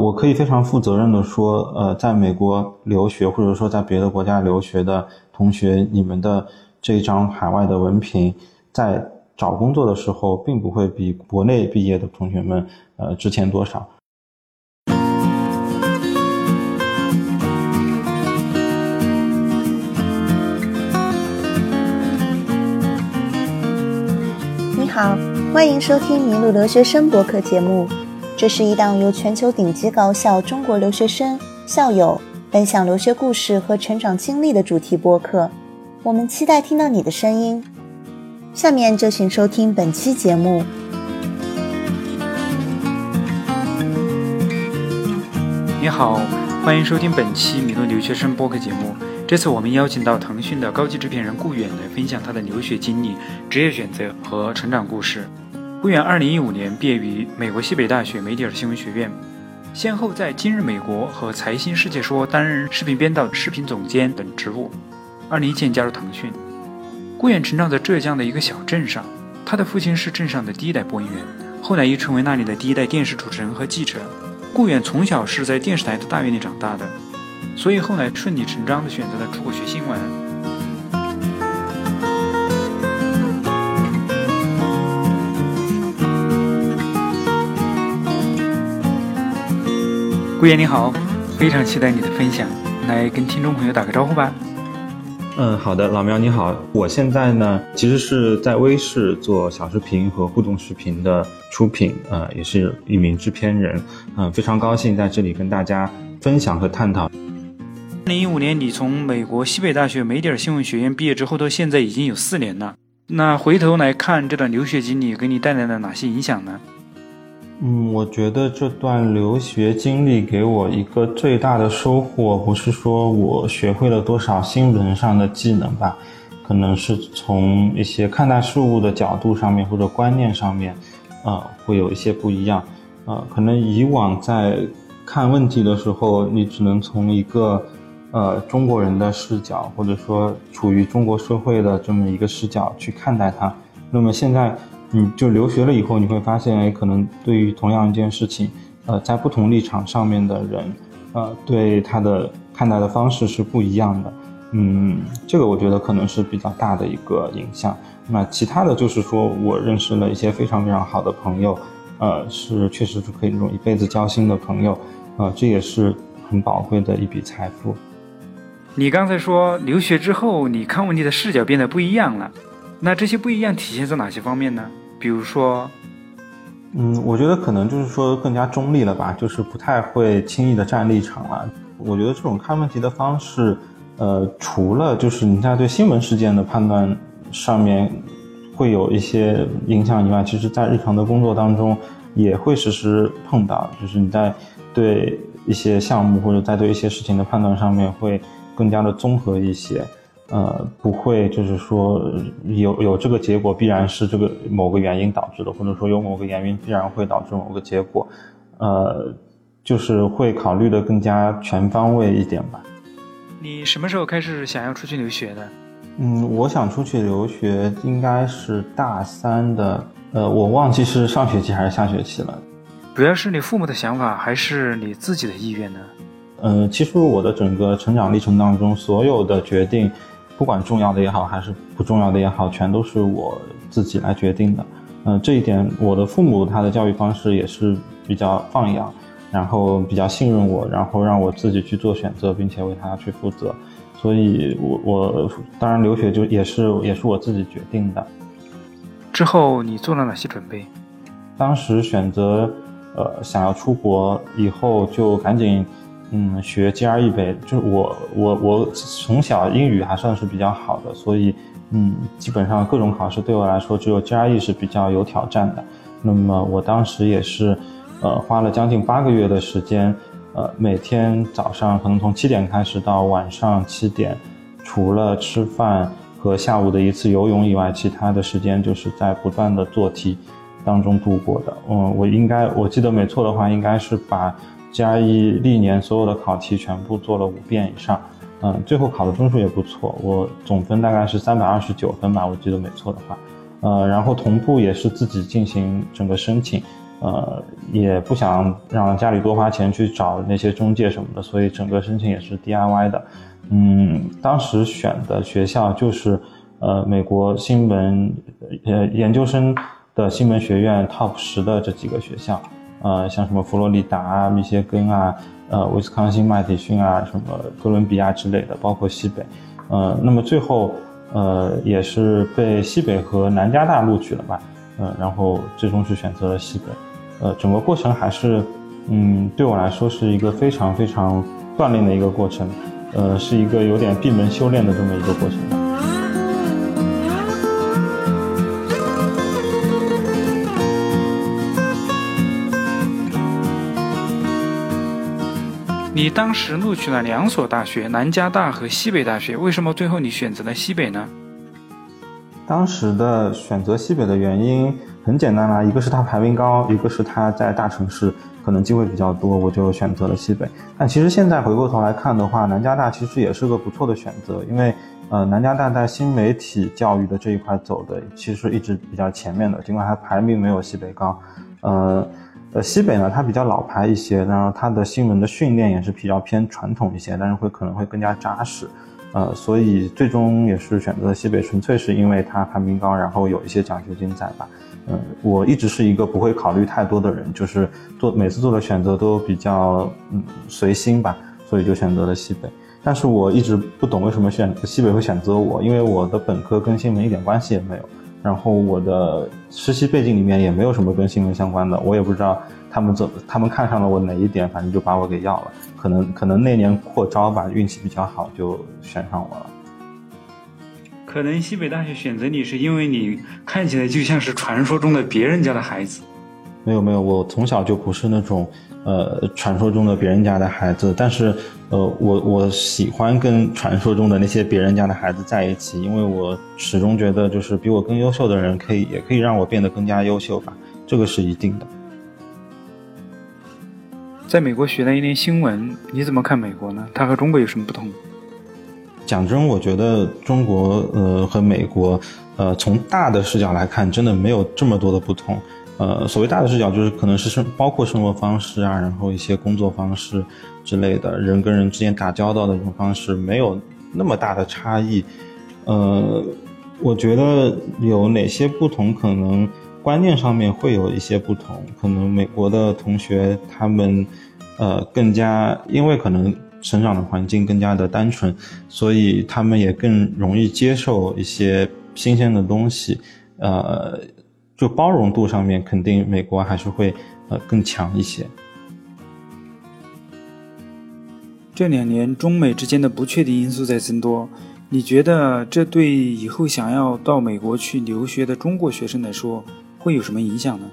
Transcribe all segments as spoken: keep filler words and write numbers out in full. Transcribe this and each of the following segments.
我可以非常负责任的说，呃，在美国留学或者说在别的国家留学的同学，你们的这张海外的文凭，在找工作的时候，并不会比国内毕业的同学们，呃，值钱多少。 你好，欢迎收听麋鹿留学生播客节目。这是一档由全球顶级高校中国留学生、校友分享留学故事和成长经历的主题播客。我们期待听到你的声音。下面就请收听本期节目。 你好，欢迎收听本期麋鹿留学生播客节目。这次我们邀请到腾讯的高级制片人顾远来分享他的留学经历、职业选择和成长故事。顾远二零一五年毕业于美国西北大学媒体新闻学院，先后在今日美国和财新世界说担任视频编导、视频总监等职务。二零一七年加入腾讯。顾远成长在浙江的一个小镇上，他的父亲是镇上的第一代播音员，后来又成为那里的第一代电视主持人和记者。顾远从小是在电视台的大院里长大的，所以后来顺理成章地选择了出国学新闻。顾远你好，非常期待你的分享，来跟听众朋友打个招呼吧。 嗯，好的，老苗你好，我现在呢其实是在微视做小视频和互动视频的出品，呃，也是一名制片人，嗯、呃，非常高兴在这里跟大家分享和探讨。 二零一五年你从美国西北大学媒体新闻学院毕业之后，到现在已经有四年了。那回头来看这段留学经历给你带来了哪些影响呢？ 嗯，我觉得这段留学经历给我一个最大的收获，不是说我学会了多少新闻上的技能吧，可能是从一些看待事物的角度上面或者观念上面，呃，会有一些不一样。呃，可能以往在看问题的时候，你只能从一个呃中国人的视角，或者说处于中国社会的这么一个视角去看待它。那么现在你就留学了以后，你会发现，可能对于同样一件事情，呃，在不同立场上面的人，呃，对他的看待的方式是不一样的。嗯，这个我觉得可能是比较大的一个影响。那其他的就是说，我认识了一些非常非常好的朋友，呃，是确实是可以这种一辈子交心的朋友，呃，这也是很宝贵的一笔财富。 你刚才说留学之后，你看问题的视角变得不一样了。那这些不一样体现在哪些方面呢？比如说， 嗯，我觉得可能就是说更加中立了吧，就是不太会轻易的站立场了。我觉得这种看问题的方式，呃，除了就是你在对新闻事件的判断上面会有一些影响以外，其实在日常的工作当中也会时时碰到，就是你在对一些项目或者在对一些事情的判断上面会更加的综合一些。呃，不会就是说有有这个结果必然是这个某个原因导致的，或者说有某个原因必然会导致某个结果，呃，就是会考虑的更加全方位一点吧。 你什么时候开始想要出去留学的？ 嗯，我想出去留学应该是大三的，呃，我忘记是上学期还是下学期了。 主要是你父母的想法还是你自己的意愿呢？ 呃，其实我的整个成长历程当中，所有的决定不管重要的也好还是不重要的也好，全都是我自己来决定的。呃，这一点我的父母他的教育方式也是比较放养，然后比较信任我，然后让我自己去做选择，并且为他去负责。所以我我当然留学就也是也是我自己决定的。 之后你做了哪些准备？ 当时选择呃想要出国以后，就赶紧嗯，学 G R E 呗，就是我我我从小英语还算是比较好的，所以嗯，基本上各种考试对我来说，只有 G R E 是比较有挑战的。那么我当时也是，呃，花了将近八个月的时间，呃，每天早上可能从七点开始到晚上七点，除了吃饭和下午的一次游泳以外，其他的时间就是在不断的做题当中度过的。嗯，我应该我记得没错的话，应该是把G R E历年所有的考题全部做了五遍以上，嗯，最后考的分数也不错，我总分大概是三百二十九分吧，我记得没错的话，呃，然后同步也是自己进行整个申请， 呃，也不想让家里多花钱去找那些中介什么的，所以整个申请也是 D I Y 的。嗯，当时选的学校就是呃美国新闻呃研究生的新闻学院 top 十的这几个学校，呃，像什么佛罗里达啊、密歇根啊、呃威斯康星麦迪逊啊、什么哥伦比亚之类的，包括西北。呃，那么最后呃也是被西北和南加大录取了吧，呃，然后最终是选择了西北。呃，整个过程还是，嗯，对我来说是一个非常非常锻炼的一个过程，呃，是一个有点闭门修炼的这么一个过程吧。 你当时录取了两所大学，南加大和西北大学，为什么最后你选择了西北呢？ 当时的选择西北的原因很简单啦，一个是它排名高，一个是它在大城市可能机会比较多，我就选择了西北。但其实现在回过头来看的话，南加大其实也是个不错的选择，因为呃，南加大在新媒体教育的这一块走的其实一直比较前面的，尽管它排名没有西北高。呃呃，西北呢它比较老牌一些，然后它的新闻的训练也是比较偏传统一些，但是会可能会更加扎实。呃，所以最终也是选择西北，纯粹是因为它排名高，然后有一些奖学金在吧。嗯，我一直是一个不会考虑太多的人，就是做每次做的选择都比较嗯随心吧，所以就选择了西北。但是我一直不懂为什么选西北会选择我，因为我的本科跟新闻一点关系也没有，然后我的实习背景里面也没有什么跟新闻相关的，我也不知道他们怎他们看上了我哪一点，反正就把我给要了。可能可能那年扩招吧，运气比较好，就选上我了。 可能西北大学选择你是因为你看起来就像是传说中的别人家的孩子。 没有没有，我从小就不是那种呃传说中的别人家的孩子，但是呃我我喜欢跟传说中的那些别人家的孩子在一起，因为我始终觉得就是比我更优秀的人可以也可以让我变得更加优秀吧，这个是一定的。 在美国学了一年新闻，你怎么看美国呢？它和中国有什么不同？ 讲真，我觉得中国呃和美国呃从大的视角来看，真的没有这么多的不同。呃，所谓大的视角，就是可能是生包括生活方式啊，然后一些工作方式之类的，人跟人之间打交道的这种方式，没有那么大的差异。呃，我觉得有哪些不同，可能观念上面会有一些不同，可能美国的同学他们呃更加，因为可能成长的环境更加的单纯，所以他们也更容易接受一些新鲜的东西，呃就包容度上面肯定美国还是会呃更强一些。 这两年中美之间的不确定因素在增多，你觉得这对以后想要到美国去留学的中国学生来说会有什么影响呢？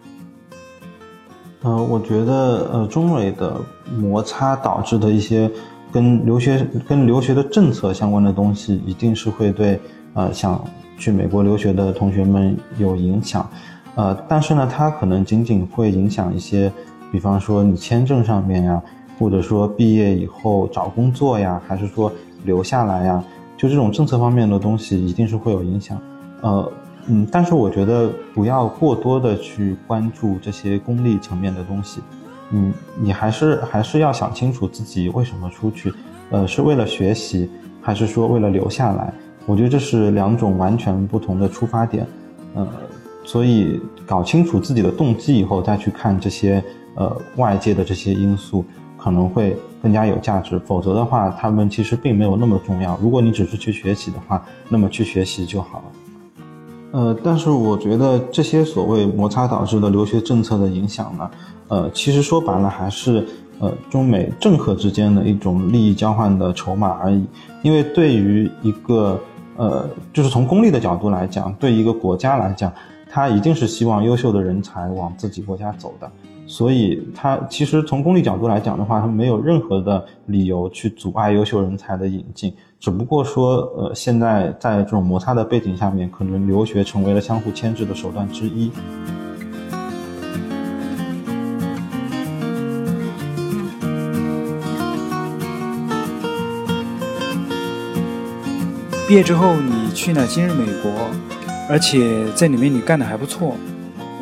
呃，我觉得呃中美的摩擦导致的一些跟留学跟留学的政策相关的东西，一定是会对呃想去美国留学的同学们有影响。呃，但是呢，它可能仅仅会影响一些，比方说你签证上面呀，或者说毕业以后找工作呀，还是说留下来呀，就这种政策方面的东西一定是会有影响。呃。嗯，但是我觉得不要过多的去关注这些功利层面的东西，嗯，你还是还是要想清楚自己为什么出去，呃，是为了学习，还是说为了留下来？我觉得这是两种完全不同的出发点，呃，所以搞清楚自己的动机以后，再去看这些呃外界的这些因素，可能会更加有价值。否则的话，他们其实并没有那么重要。如果你只是去学习的话，那么去学习就好了。呃，但是我觉得这些所谓摩擦导致的留学政策的影响呢，呃，其实说白了还是呃中美政客之间的一种利益交换的筹码而已。因为对于一个呃，就是从功利的角度来讲，对一个国家来讲，它一定是希望优秀的人才往自己国家走的。所以它其实从功利角度来讲的话，它没有任何的理由去阻碍优秀人才的引进，只不过说呃，现在在这种摩擦的背景下面，可能留学成为了相互牵制的手段之一。 毕业之后你去了今日美国，而且在里面你干得还不错，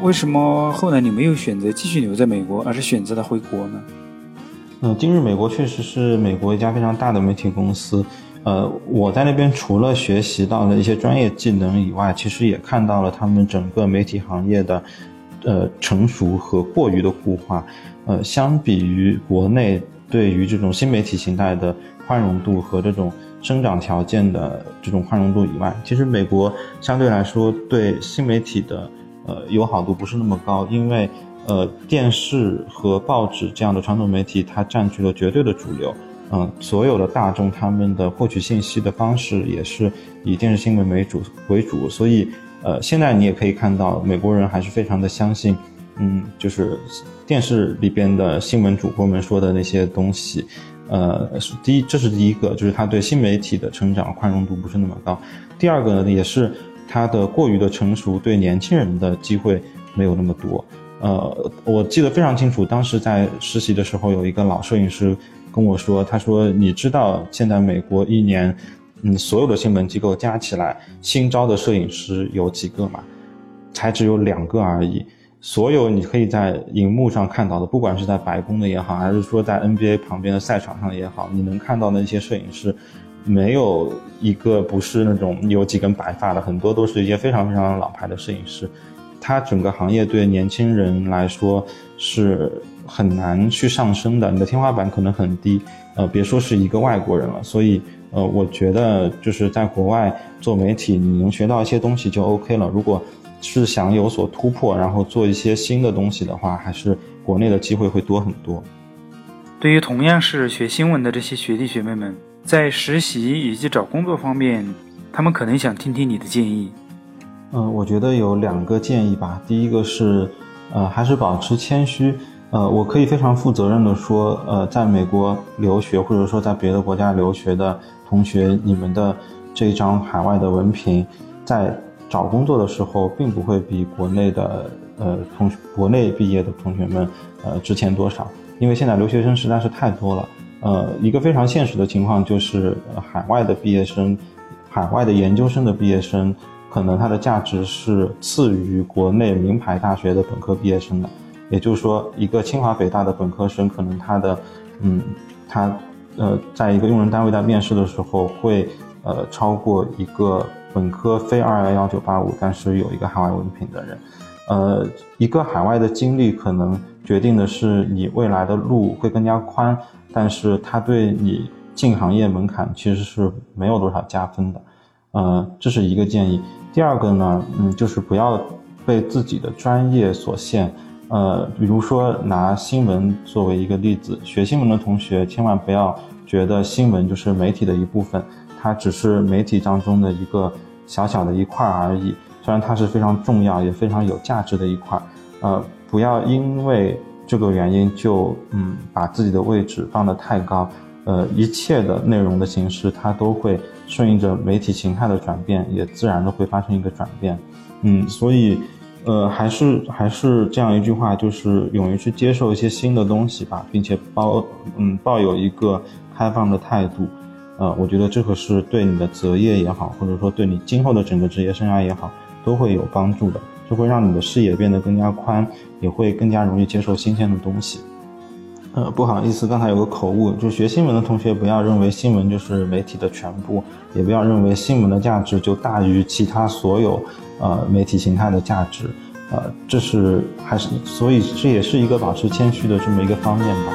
为什么后来你没有选择继续留在美国，而是选择了回国呢？ 呃，今日美国确实是美国一家非常大的媒体公司。呃，我在那边除了学习到了一些专业技能以外，其实也看到了他们整个媒体行业的呃成熟和过于的固化。呃，相比于国内对于这种新媒体形态的宽容度和这种生长条件的这种宽容度以外，其实美国相对来说对新媒体的呃友好度不是那么高，因为呃电视和报纸这样的传统媒体它占据了绝对的主流。嗯，所有的大众他们的获取信息的方式也是以电视新闻为主为主，所以呃，现在你也可以看到美国人还是非常的相信，嗯，就是电视里边的新闻主播们说的那些东西。呃，第一，这是第一个，就是他对新媒体的成长宽容度不是那么高。第二个呢，也是他的过于的成熟，对年轻人的机会没有那么多。呃，我记得非常清楚，当时在实习的时候，有一个老摄影师跟我说，他说你知道现在美国一年嗯所有的新闻机构加起来新招的摄影师有几个吗？才只有两个而已。所有你可以在荧幕上看到的，不管是在白宫的也好，还是说在 N B A 旁边的赛场上也好，你能看到的一些摄影师没有一个不是那种有几根白发的，很多都是一些非常非常老牌的摄影师。它整个行业对年轻人来说是很难去上升的，你的天花板可能很低，呃，别说是一个外国人了。所以，呃，我觉得就是在国外做媒体，你能学到一些东西就 OK 了。如果是想有所突破，然后做一些新的东西的话，还是国内的机会会多很多。 对于同样是学新闻的这些学弟学妹们，在实习以及找工作方面，他们可能想听听你的建议。 呃，我觉得有两个建议吧。第一个是，呃，还是保持谦虚。呃，我可以非常负责任的说，呃，在美国留学或者说在别的国家留学的同学，你们的这一张海外的文凭，在找工作的时候，并不会比国内的呃同国内毕业的同学们呃值钱多少，因为现在留学生实在是太多了。呃，一个非常现实的情况就是，呃、海外的毕业生，海外的研究生的毕业生。可能它的价值是次于国内名牌大学的本科毕业生的，也就是说，一个清华北大的本科生，可能他的，嗯，他呃，在一个用人单位在面试的时候，会呃超过一个本科非二一一九八五，但是有一个海外文凭的人。呃，一个海外的经历可能决定的是你未来的路会更加宽，但是它对你进行业门槛其实是没有多少加分的。呃，这是一个建议。第二个呢，嗯，就是不要被自己的专业所限。呃，比如说拿新闻作为一个例子，学新闻的同学千万不要觉得新闻就是媒体的一部分，它只是媒体当中的一个小小的一块而已。虽然它是非常重要也非常有价值的一块，呃，不要因为这个原因就嗯把自己的位置放得太高。呃，一切的内容的形式，它都会顺应着媒体形态的转变，也自然的会发生一个转变。嗯，所以，呃，还是还是这样一句话，就是勇于去接受一些新的东西吧，并且抱嗯抱有一个开放的态度。呃，我觉得这个是对你的择业也好，或者说对你今后的整个职业生涯也好，都会有帮助的。这会让你的视野变得更加宽，也会更加容易接受新鲜的东西。呃，不好意思，刚才有个口误，就学新闻的同学不要认为新闻就是媒体的全部，也不要认为新闻的价值就大于其他所有呃媒体形态的价值，呃，这是还是所以这也是一个保持谦虚的这么一个方面吧。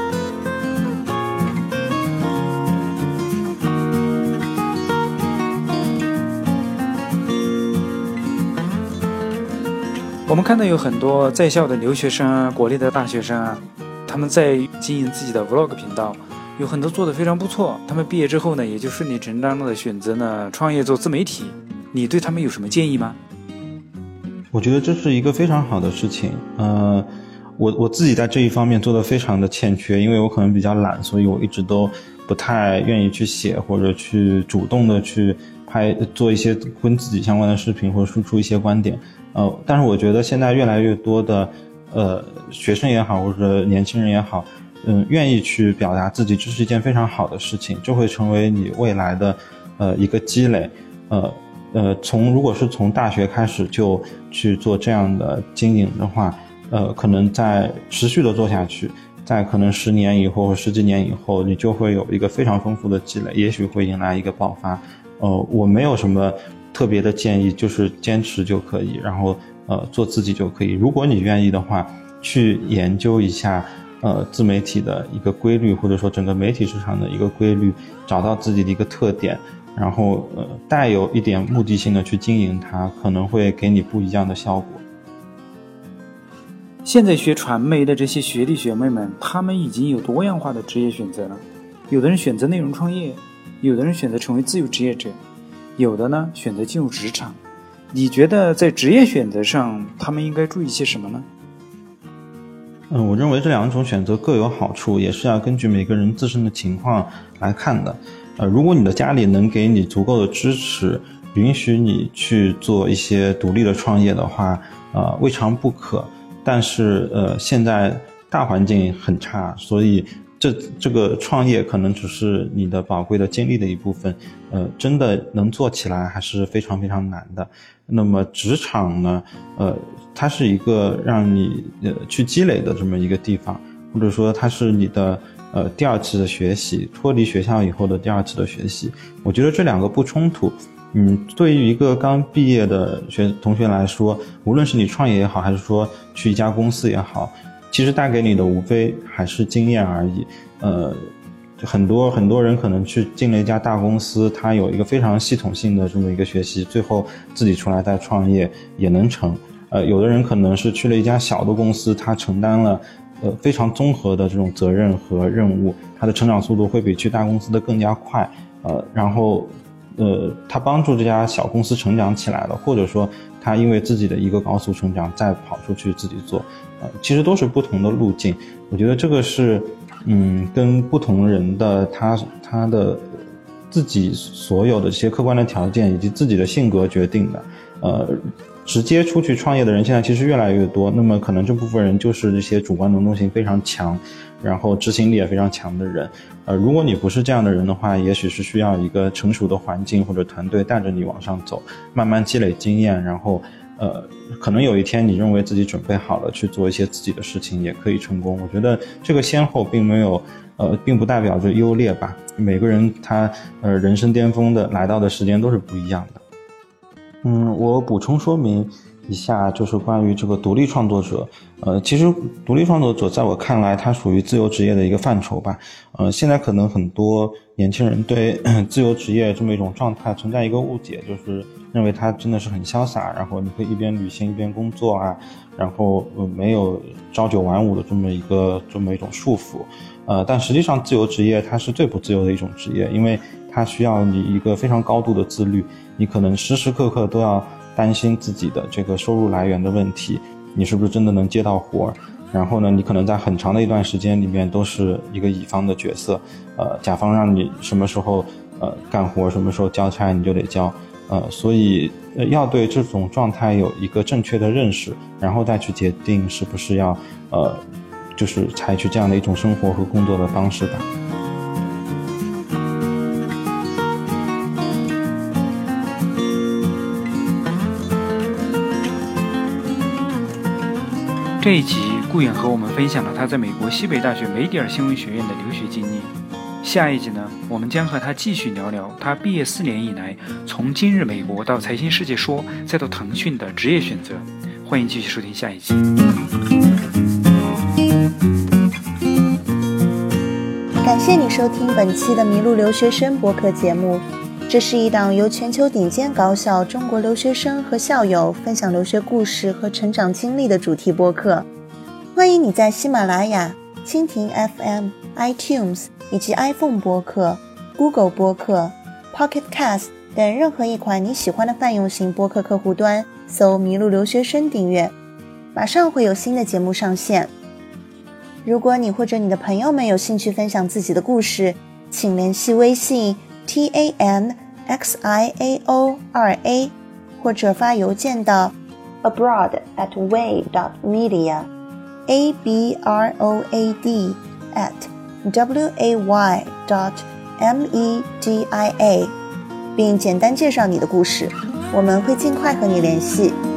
我们看到有很多在校的留学生啊，国内的大学生啊，他们在经营自己的 vlog 频道，有很多做得非常不错。他们毕业之后呢，也就顺理成章的选择呢创业做自媒体。你对他们有什么建议吗？ 我觉得这是一个非常好的事情。呃，我我自己在这一方面做得非常的欠缺，因为我可能比较懒，所以我一直都不太愿意去写或者去主动的去拍做一些跟自己相关的视频或者输出一些观点。呃，但是我觉得现在越来越多的呃学生也好或者年轻人也好，嗯，愿意去表达自己，这是一件非常好的事情，这会成为你未来的呃一个积累。呃， 呃，从如果是从大学开始就去做这样的经营的话，呃，可能在持续的做下去，在可能十年以后或十几年以后，你就会有一个非常丰富的积累，也许会迎来一个爆发。呃，我没有什么特别的建议，就是坚持就可以，然后呃做自己就可以。如果你愿意的话，去研究一下呃自媒体的一个规律，或者说整个媒体市场的一个规律，找到自己的一个特点，然后呃带有一点目的性的去经营它，可能会给你不一样的效果。 现在学传媒的这些学弟学妹们，他们已经有多样化的职业选择了。有的人选择内容创业，有的人选择成为自由职业者，有的呢选择进入职场。你觉得在职业选择上，他们应该注意些什么呢？ 嗯，我认为这两种选择各有好处，也是要根据每个人自身的情况来看的。呃，如果你的家里能给你足够的支持，允许你去做一些独立的创业的话，呃，未尝不可。但是，呃，现在大环境很差，所以这这个创业可能只是你的宝贵的经历的一部分，呃，真的能做起来还是非常非常难的。那么职场呢，呃，它是一个让你呃去积累的这么一个地方，或者说它是你的呃第二次的学习，脱离学校以后的第二次的学习。我觉得这两个不冲突。嗯，对于一个刚毕业的学同学来说，无论是你创业也好，还是说去一家公司也好，其实带给你的无非还是经验而已。呃，很多很多人可能去进了一家大公司，他有一个非常系统性的这么一个学习，最后自己出来再创业也能成。呃，有的人可能是去了一家小的公司，他承担了呃非常综合的这种责任和任务，他的成长速度会比去大公司的更加快。呃，然后。呃，他帮助这家小公司成长起来了，或者说他因为自己的一个高速成长再跑出去自己做，呃，其实都是不同的路径。我觉得这个是，嗯，跟不同人的他他的自己所有的这些客观的条件以及自己的性格决定的。呃，直接出去创业的人现在其实越来越多，那么可能这部分人就是这些主观能动性非常强，然后执行力也非常强的人。呃，如果你不是这样的人的话，也许是需要一个成熟的环境或者团队带着你往上走，慢慢积累经验，然后呃，可能有一天你认为自己准备好了去做一些自己的事情，也可以成功。我觉得这个先后并没有呃，并不代表着优劣吧。每个人他呃人生巅峰的来到的时间都是不一样的。嗯，我补充说明一下，就是关于这个独立创作者。呃，其实独立创作者在我看来，它属于自由职业的一个范畴吧。呃，现在可能很多年轻人对自由职业这么一种状态存在一个误解，就是认为它真的是很潇洒，然后你可以一边旅行一边工作啊，然后呃没有朝九晚五的这么一个这么一种束缚。呃，但实际上自由职业它是最不自由的一种职业，因为它需要你一个非常高度的自律，你可能时时刻刻都要担心自己的这个收入来源的问题，你是不是真的能接到活，然后呢，你可能在很长的一段时间里面都是一个乙方的角色，呃，甲方让你什么时候呃干活，什么时候交差你就得交，呃，所以、呃、要对这种状态有一个正确的认识，然后再去决定是不是要呃就是采取这样的一种生活和工作的方式吧。 这一集顾远和我们分享了他在美国西北大学梅迪尔新闻学院的留学经历。下一集呢，我们将和他继续聊聊他毕业四年以来，从今日美国到财新世界说，再到腾讯的职业选择。欢迎继续收听下一集。 感谢你收听本期的麋鹿留学生播客节目。这是一档由全球顶尖高校中国留学生和校友分享留学故事和成长经历的主题播客。欢迎你在喜马拉雅、蜻蜓 F M、iTunes 以及 iPhone 播客、Google 播客、Pocket Cast 等任何一款你喜欢的泛用型播客客户端搜麋鹿留学生订阅，马上会有新的节目上线。如果你或者你的朋友们有兴趣分享自己的故事，请联系微信 T A N X I A O 二 A 或者发邮件到 abroad at wave dot media A B R O A D at W A Y dot M E D I A 并简单介绍你的故事。 我们会尽快和你联系。